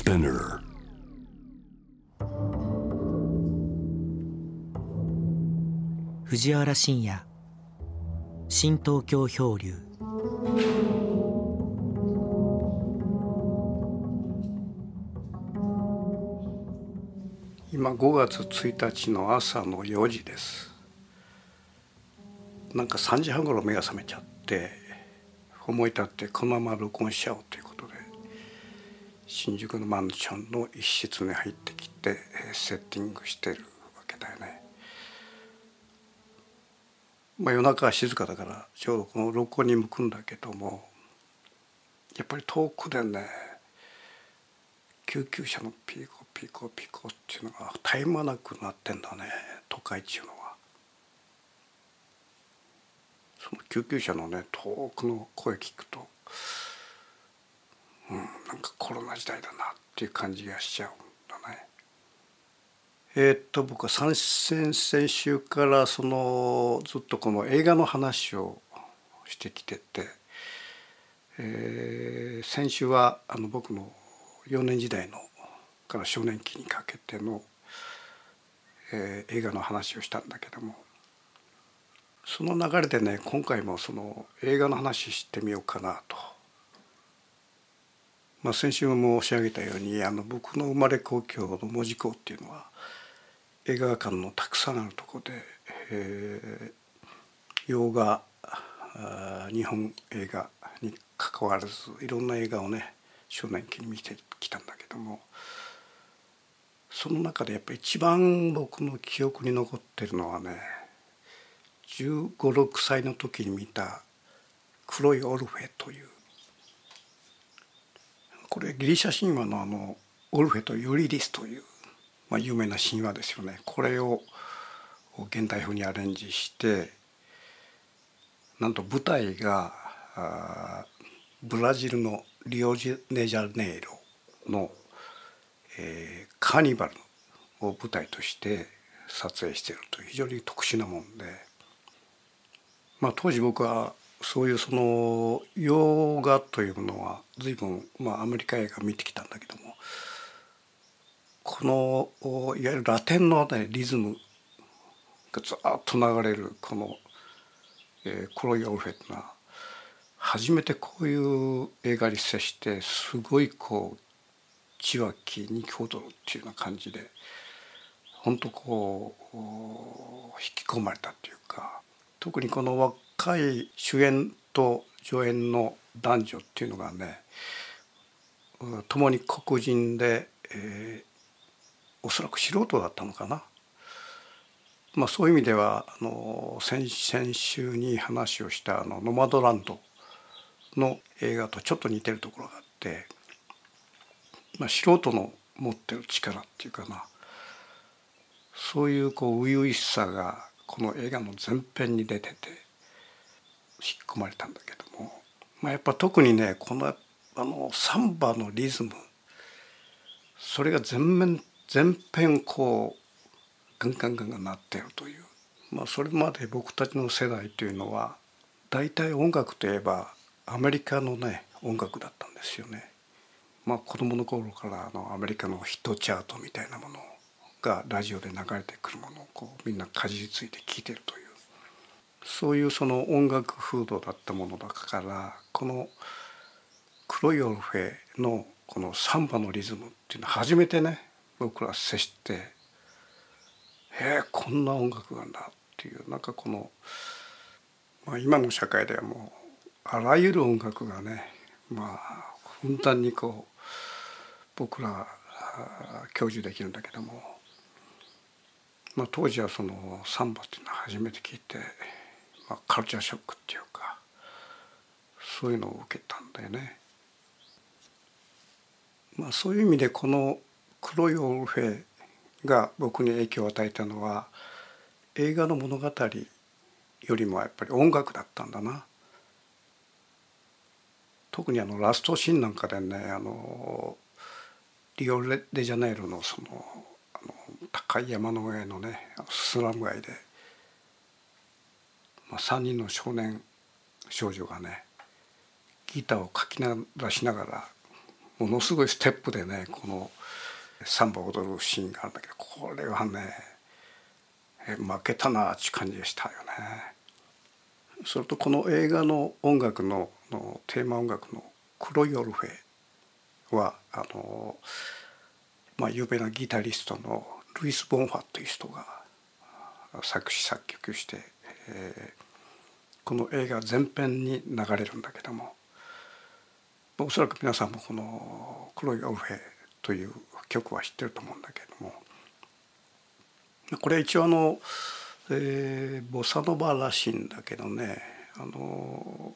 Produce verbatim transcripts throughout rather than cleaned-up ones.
Spinner. 藤原信也新東京漂流。 今ごがつついたちの朝のよじです。なんかさんじはんごろ目が覚めちゃって思い立ってこのまま録音しちゃおうということで新宿のマンションの一室に入ってきてセッティングしてるわけだよね。まあ夜中は静かだからちょうどこの録音に向くんだけども、やっぱり遠くでね救急車のピーコピコピコっていうのが絶え間なくなってんだね、都会っていうのは。その救急車のね遠くの声聞くと、うん、なんかコロナ時代だなっていう感じがしちゃうんだね。えー、っと僕は先々週からそのずっとこの映画の話をしてきてて、えー、先週はあの僕の幼年時代のから少年期にかけての、えー、映画の話をしたんだけども、その流れでね今回もその映画の話してみようかなと。まあ、先週も申し上げたようにあの僕の生まれ故郷の門司港っていうのは映画館のたくさんあるところで、えー、洋画日本映画に関わらずいろんな映画をね少年期に見てきたんだけども、その中でやっぱり一番僕の記憶に残ってるのはねじゅうご、ろくさいの時に見た「黒いオルフェ」という、これギリシャ神話のあのオルフェとユリディスという、まあ、有名な神話ですよね。これを現代風にアレンジして、なんと舞台がブラジルのリオデジャネイロの、えー、カーニバルを舞台として撮影しているという非常に特殊なもんで、まあ、当時僕はそういうその洋画というものは随分、まあ、アメリカ映画見てきたんだけども、このいわゆるラテンの、ね、リズムがずっと流れるこの、えー、黒いオルフェっていうのは初めてこういう映画に接してすごいこう血湧きにき踊るっていうような感じで本当こう引き込まれたっていうか、特にこの若い主演と助演の男女っていうのがね共に黒人で、えー、おそらく素人だったのかな。まあ、そういう意味ではあの 先, 先週に話をしたあのノマドランドの映画とちょっと似てるところがあって、まあ、素人の持ってる力っていうかな、そういうこう初々しさがこの映画の前編に出てて引っ込まれたんだけども、まあ、やっぱ特にねこのあのサンバのリズム、それが全面全編こうガンガンガンガンなっているという、まあ、それまで僕たちの世代というのは大体音楽といえばアメリカのね音楽だったんですよね。まあ、子供の頃からあのアメリカのヒットチャートみたいなものがラジオで流れてくるものをこうみんなかじりついて聴いてるという、そういうその音楽風土だったものだから、この黒いオルフェのこのサンバのリズムっていうのは初めてね僕ら接して、へえこんな音楽なんだっていう、なんかこの、まあ、今の社会ではもうあらゆる音楽がねまあふんだんにこう僕ら享受できるんだけども、まあ、当時はそのサンバっていうのは初めて聞いて、まあ、カルチャーショックっていうかそういうのを受けたんだよね。まあ、そういう意味でこの黒いオルフェが僕に影響を与えたのは映画の物語よりもやっぱり音楽だったんだな。特にあのラストシーンなんかでねあのリオデジャネイロのそのあの高い山の上のねスラム街で、まあ、さんにんの少年少女がねギターをかき鳴らしながらものすごいステップでねこのサンバを踊るシーンがあるんだけど、これはね負けたなっていう感じでしたよね。それとこの映画の音楽ののテーマ音楽の「黒いオルフェ」はあの、まあ、有名なギタリストのルイス・ボンファという人が作詞作曲して、えー、この映画全編に流れるんだけども、おそらく皆さんもこの「黒いオルフェ」という曲は知ってると思うんだけども、これ一応あの、えー、ボサノバらしいんだけどね、あの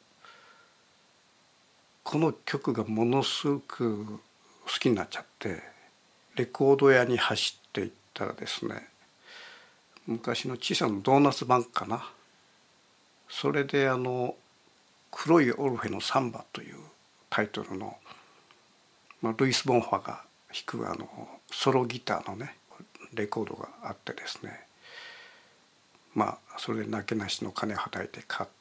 この曲がものすごく好きになっちゃって、レコード屋に走っていったらですね、昔の小さなドーナツ版かな、それであの「黒いオルフェのサンバ」というタイトルの、まあ、ルイス・ボンファが弾くあのソロギターのねレコードがあってですね、まあそれでなけなしの金をはたいて買って、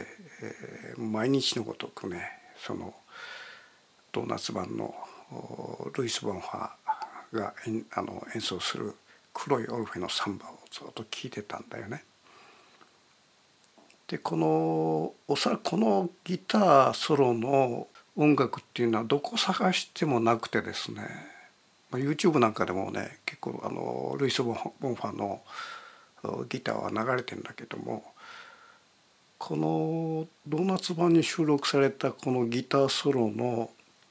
えー、毎日のごとくねそのドーナツ版のルイス・ボンファがあの演奏する「黒いオルフェのサンバ」をずっと聴いてたんだよね。でこのおそらくこのギターソロの音楽っていうのはどこ探してもなくてですね、YouTube なんかでもね結構あのルイス・ボンファのギターは流れてるんだけども、このドーナツ版に収録されたこのギターソロの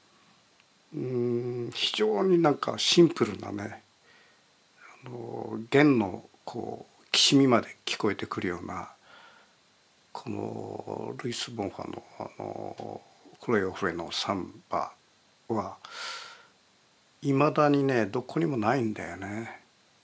うん非常になんかシンプルなね、あの弦のこうきしみまで聞こえてくるようなこのルイス・ボンファのあの黒いオフレのサンバはいまだにねどこにもないんだよね。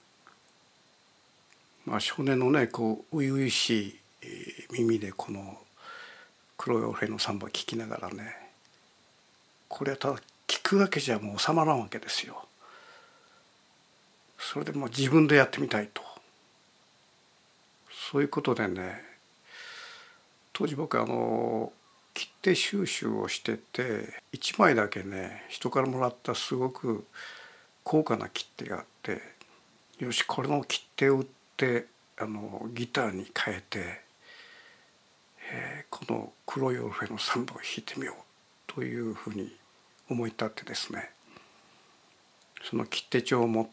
まあ、少年のねこう初々しい耳でこの黒いオフレのサンバを聴きながらね、これはただ聴くだけじゃもう収まらんわけですよ。それでもう自分でやってみたいと、そういうことでね、当時僕あの切手収集をしてていちまいだけね人からもらったすごく高価な切手があって、よしこれの切手を売ってあのギターに変えて、えー、この黒いオルフェのサンバを弾いてみようというふうに思い立ってですね、その切手帳を持って、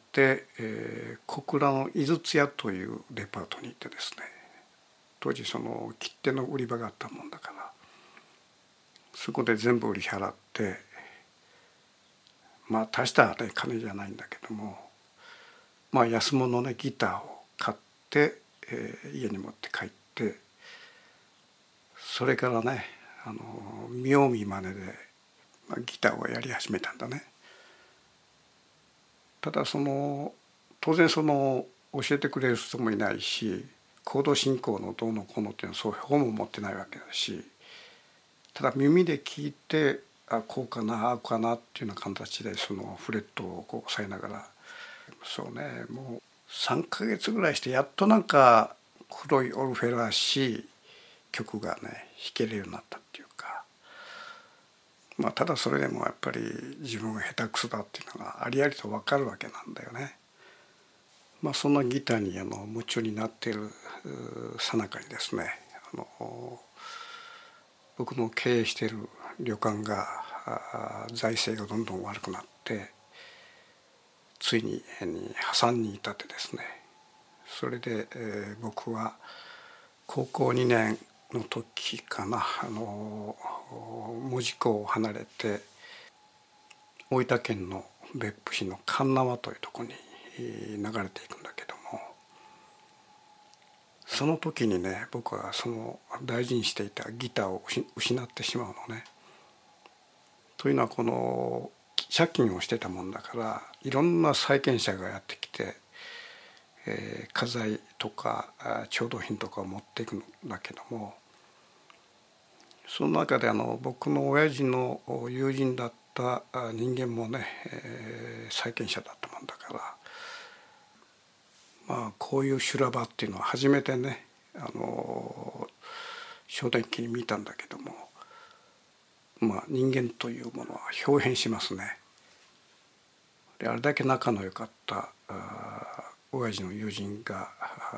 えー、小倉の井筒屋というデパートに行ってですね、当時その切手の売り場があったもんだからそこで全部売り払って、まあ大した、ね、金じゃないんだけども、まあ安物のねギターを買って、えー、家に持って帰って、それからねあの見よう見まねで、まあ、ギターをやり始めたんだね。ただその当然その教えてくれる人もいないし、コード進行のどうのこうのっていうのはそういう本も持ってないわけだし、ただ耳で聞いてあこうかなああかなっていうような形でそのフレットをこう押さえながら、そうねもうさんかげつぐらいしてやっとなんか黒いオルフェらしい曲がね弾けるようになったっていうか、まあただそれでもやっぱり自分が下手くそだっていうのがありありと分かるわけなんだよね。まあそんなギターにあの夢中になっているさなかにですね、あの僕の経営している旅館が財政がどんどん悪くなって、ついに破産に至ってですね、それで、えー、僕は高校にねんの時かな、あの門司港を離れて大分県の別府市の鉄輪というところに流れていくんだけども、その時にね僕はその大事にしていたギターを失ってしまうのね。というのはこの借金をしてたもんだからいろんな債権者がやってきて、えー、家財とか調度品とかを持っていくんだけども、その中であの僕の親父の友人だった人間もね、えー、債権者だったもんだから、まあこういう修羅場っていうのは初めてねあの小電気に見たんだけども、まあ人間というものは表変しますね。 であれだけ仲の良かったあ親父の友人が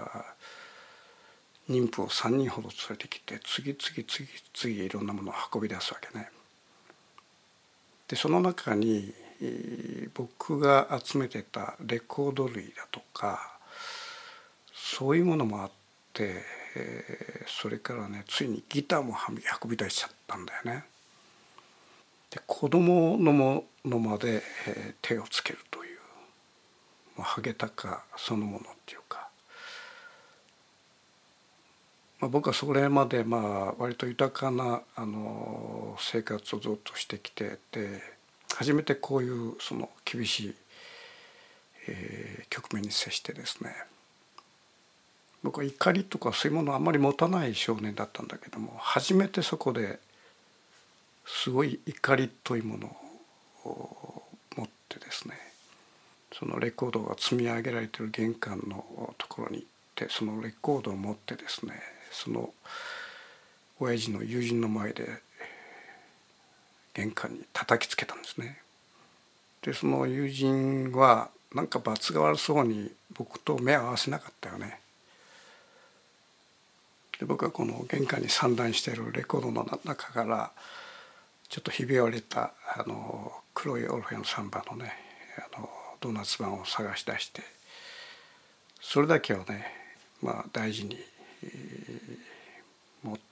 妊婦をさんにんほど連れてきて次々次々いろんなものを運び出すわけね。でその中に僕が集めてたレコード類だとかそういうものもあって、えー、それからねついにギターも運び出しちゃったんだよね。で子供のものまで、えー、手をつけるというもうハゲタカそのものっていうか、まあ、僕はそれまでまあ割と豊かなあの生活をずっとしてきてて初めてこういうその厳しい、えー、局面に接してですね、僕は怒りとかそういうものをあんまり持たない少年だったんだけども初めてそこですごい怒りというものを持ってですね、そのレコードが積み上げられている玄関のところに行ってそのレコードを持ってですねその親父の友人の前で玄関に叩きつけたんですね。でその友人はなんか罰が悪そうに僕と目を合わせなかったよね。で僕はこの玄関に散乱しているレコードの中からちょっとひび割れたあの黒いオルフェンサンバのねあのドーナツ版を探し出してそれだけをね、まあ、大事に、えー、持って、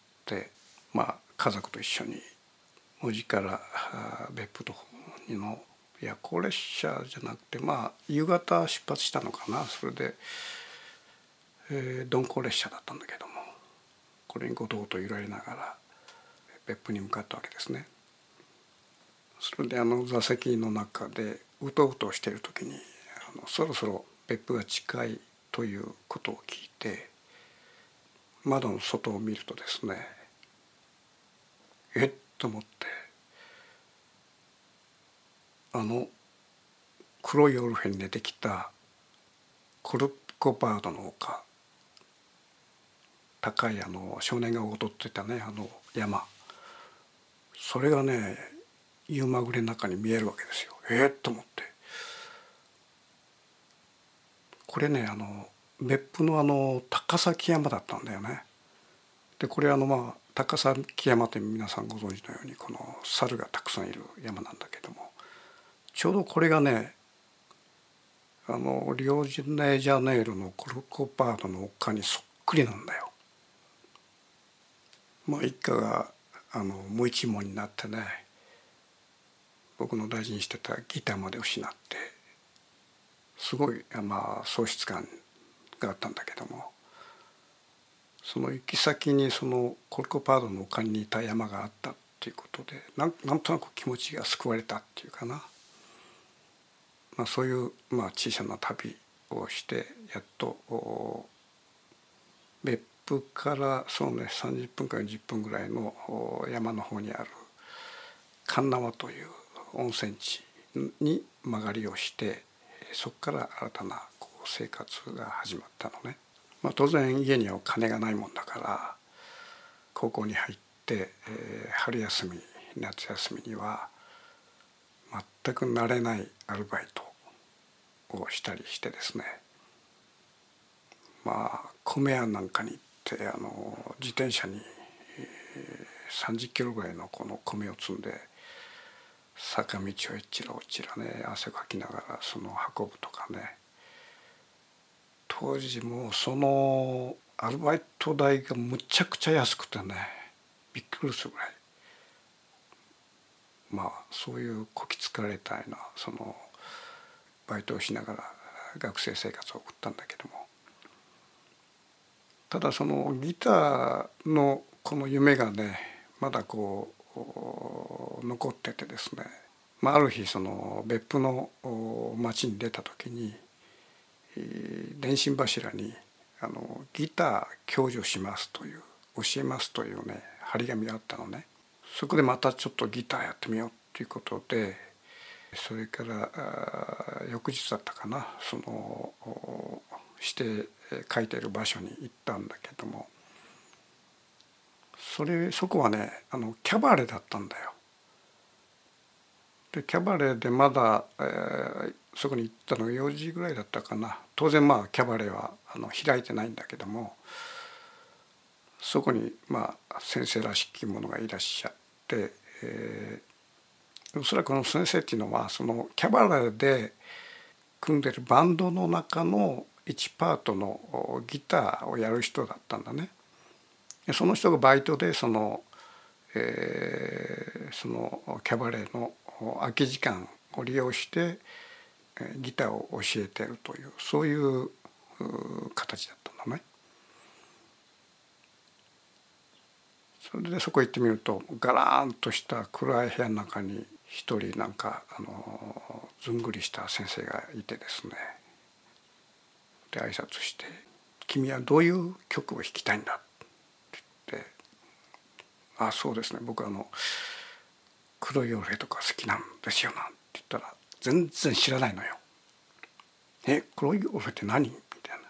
まあ、家族と一緒に門司から別府の夜行列車じゃなくてまあ夕方出発したのかな。それで、えー、鈍行列車だったんだけどもこれにごとごと揺られながら別府に向かったわけですね。それであの座席の中でうとうとしている時にあのそろそろ別府が近いということを聞いて窓の外を見るとですねえっと思ってあの黒いオルフェに出てきたコルコバードの丘高いあの少年が踊ってたねあの山それがね夕まぐれの中に見えるわけですよ。えっと思ってこれねあの別府のあの高崎山だったんだよね。でこれあのまあ高崎山って皆さんご存知のようにこの猿がたくさんいる山なんだけどもちょうどこれがねあのリオデジャネイロのコルコバードの丘にそっくりなんだよ。まあ一家があの無一文になってね僕の大事にしてたギターまで失ってすごいまあ喪失感があったんだけどもその行き先にそのコルコバードの丘にいた山があったっていうことでなんなんとなく気持ちが救われたっていうかな、まあ、そういう、まあ、小さな旅をしてやっと別府からそうねさんじゅっぷんかよんじゅっぷんぐらいの山の方にある鉄輪という温泉地に曲がりをしてそこから新たなこう生活が始まったのね。まあ、当然家にはお金がないもんだから高校に入って、えー、春休み夏休みには全く慣れないアルバイトをしたりしてですねまあ米屋なんかに行ってあの自転車に、えー、さんじゅっキロぐらいのこの米を積んで坂道をえっちらおっちらね汗かきながらその運ぶとかね当時もうそのアルバイト代がむちゃくちゃ安くてねびっくりするぐらいまあそういうこき使われたいなそのバイトをしながら学生生活を送ったんだけどもただそのギターのこの夢がねまだこう残っててですね、まあ、ある日その別府の町に出た時に電信柱にあのギター教授しますという教えますというね張り紙があったのね。そこでまたちょっとギターやってみようということでそれから翌日だったかなそのして書いてる場所に行ったんだけどもそれそこはねあのキャバレーだったんだよ。でキャバレーでまだ、えー、 そこに行ったのがよじぐらいだったかな。当然まあキャバレーはあの開いてないんだけども、そこにまあ先生らしきものがいらっしゃって、えー、おそらくこの先生っていうのはそのキャバレーで組んでるバンドの中のいちパートのギターをやる人だったんだね。その人がバイトでその、えー、そのキャバレーの空き時間を利用してギターを教えてるというそういう形だったんだね。それでそこ行ってみるとガラーンとした暗い部屋の中に一人なんかあのずんぐりした先生がいてですね、で挨拶して「君はどういう曲を弾きたいんだ」って言って「ああそうですね僕はあの黒いオルフェとか好きなんですよ」なんて言ったら全然知らないのよ。え黒いオルフェって何みたいな。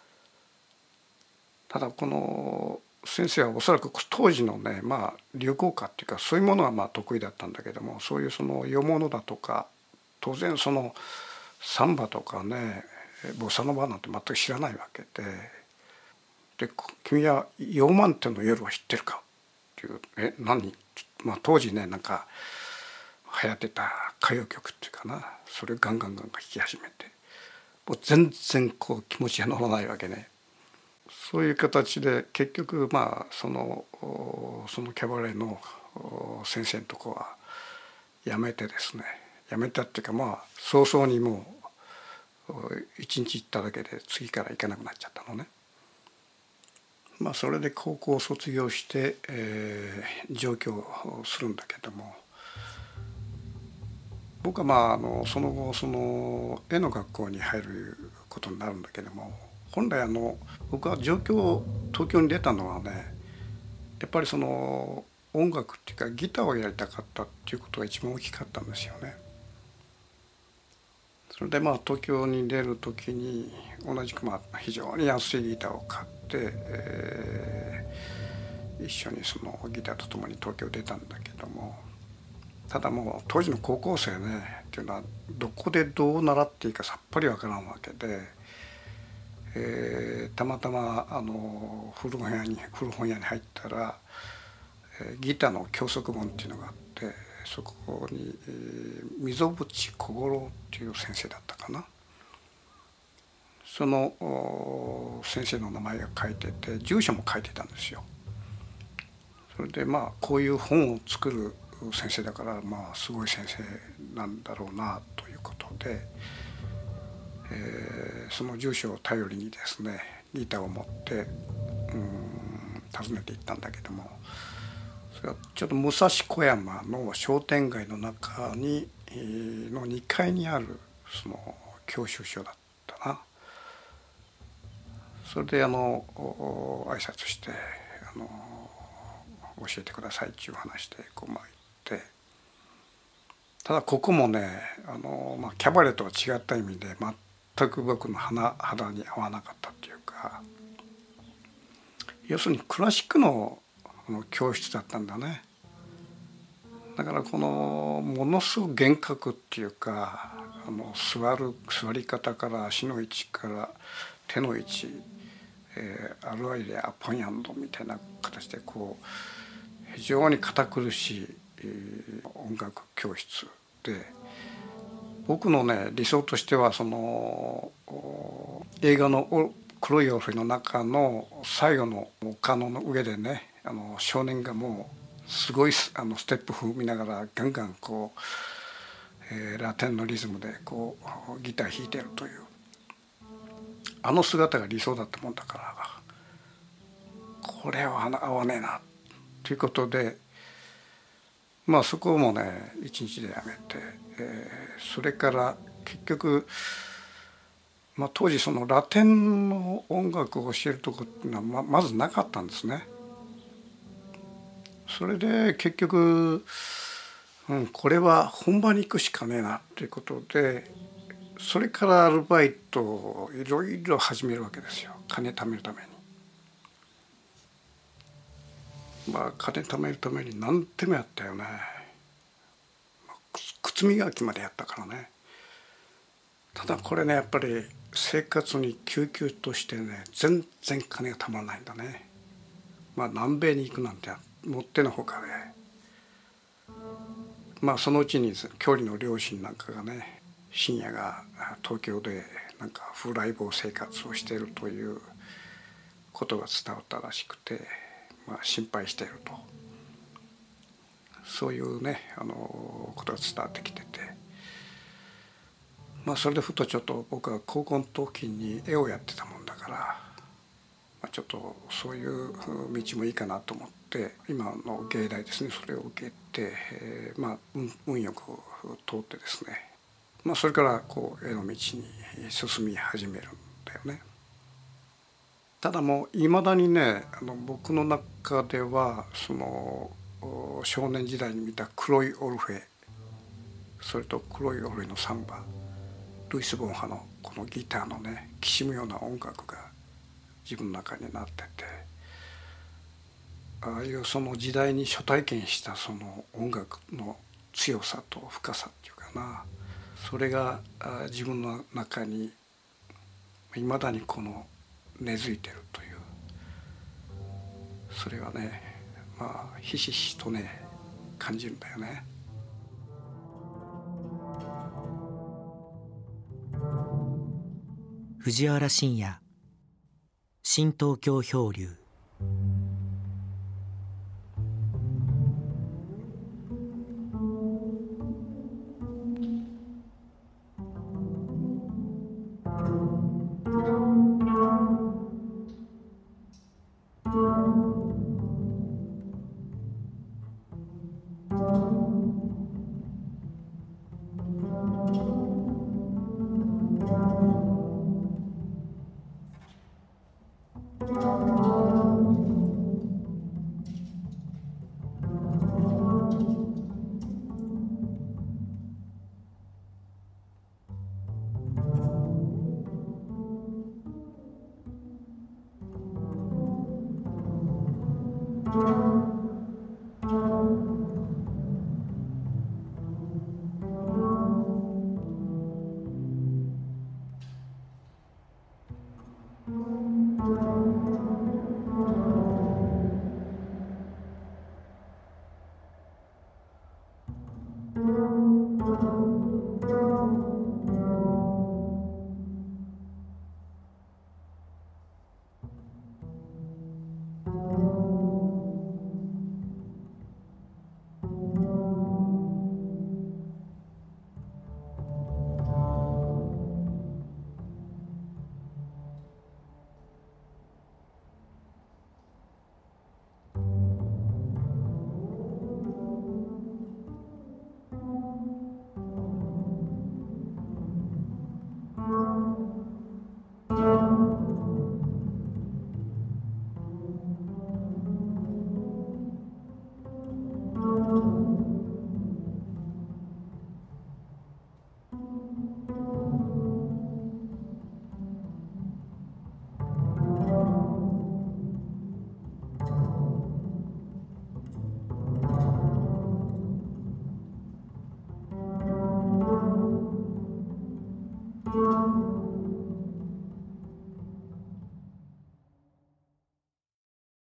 ただこの先生はおそらく当時のねまあ流行歌っていうかそういうものはまあ得意だったんだけども、そういうその世物だとか当然そのサンバとかねボサノバなんて全く知らないわけで「で君はヨーマンテの夜を知ってるか?」っていう「え何?」まあ当時ねなんか流行ってた歌謡曲っていうかな、それをガンガンガンガン弾き始めてもう全然こう気持ちが乗らないわけね。そういう形で結局まあそのそのキャバレーの先生のとこは辞めてですね、辞めたっていうかまあ早々にもう一日行っただけで次から行かなくなっちゃったのね。まあそれで高校を卒業して、えー、上京するんだけども、僕はまああのその後その絵の学校に入ることになるんだけども、本来あの僕は上京東京に出たのはねやっぱりその音楽っていうかギターをやりたかったっていうことが一番大きかったんですよね。それでまあ東京に出る時に同じくまあ非常に安いギターを買って、えー、一緒にそのギターとともに東京出たんだけども、ただもう当時の高校生ねっていうのはどこでどう習っていいかさっぱりわからんわけで、えー、たまたまあの古本屋に古本屋に入ったら、えー、ギターの教則本っていうのがあって、そこに、えー、溝淵小五郎っていう先生だったかな、その先生の名前が書いてて住所も書いてたんですよ。それでまあこういう本を作る先生だからまあすごい先生なんだろうなということで、えー、その住所を頼りにですねギターを持ってうん訪ねて行ったんだけども、それはちょっと武蔵小山の商店街の中にのにかいにあるその教習所だったな。それであの挨拶してあの教えてくださいっていう話でこうまあ行って、ただここもねあの、まあ、キャバレーとは違った意味で全く僕の肌肌に合わなかったっていうか、要するにクラシックの教室だったんだね。だからこのものすごく厳格っていうか、あの座る座り方から足の位置から手の位置、えー、アルワイレアポンヤンドみたいな形でこう非常に堅苦しい、えー、音楽教室で、僕のね理想としてはその映画の黒いオルフェの中の最後の丘の上でね、あの少年がもうすごいあのステップ踏みながらガンガンこう、えー、ラテンのリズムでこうギター弾いてるというあの姿が理想だったもんだから、これは合わねえなということで、まあそこもね一日でやめて、えー、それから結局、まあ、当時そのラテンの音楽を教えるとこっていうのは ま, まずなかったんですね。それで結局、うん、これは本場に行くしかねえなということで、それからアルバイトをいろいろ始めるわけですよ、金貯めるために。まあ金貯めるために何手もやったよね。靴磨きまでやったからね。 だこれねやっぱり生活に救急としてね全然金がたまらないんだね。まあ南米に行くなんてもってのほかで、まあそのうちに郷里の両親なんかがね深夜が東京でなんか風来坊生活をしているということが伝わったらしくて、まあ、心配していると、そういうねあのことが伝わってきてて、まあそれでふとちょっと僕は高校の時に絵をやってたもんだから、まあ、ちょっとそういう道もいいかなと思って今の芸大ですねそれを受けて、えー、まあ運、運よく通ってですね、まあ、それからこう絵の道に進み始めるんだよね。ただもういまだにねあの僕の中ではその少年時代に見た黒いオルフェ、それと黒いオルフェのサンバ、ルイス・ボンハのこのギターのねきしむような音楽が自分の中になってて、ああいうその時代に初体験したその音楽の強さと深さっていうかな、それが自分の中にいまだにこの根付いてるという、それはねまあひしひしとね感じるんだよね。 藤原信也、新東京漂流。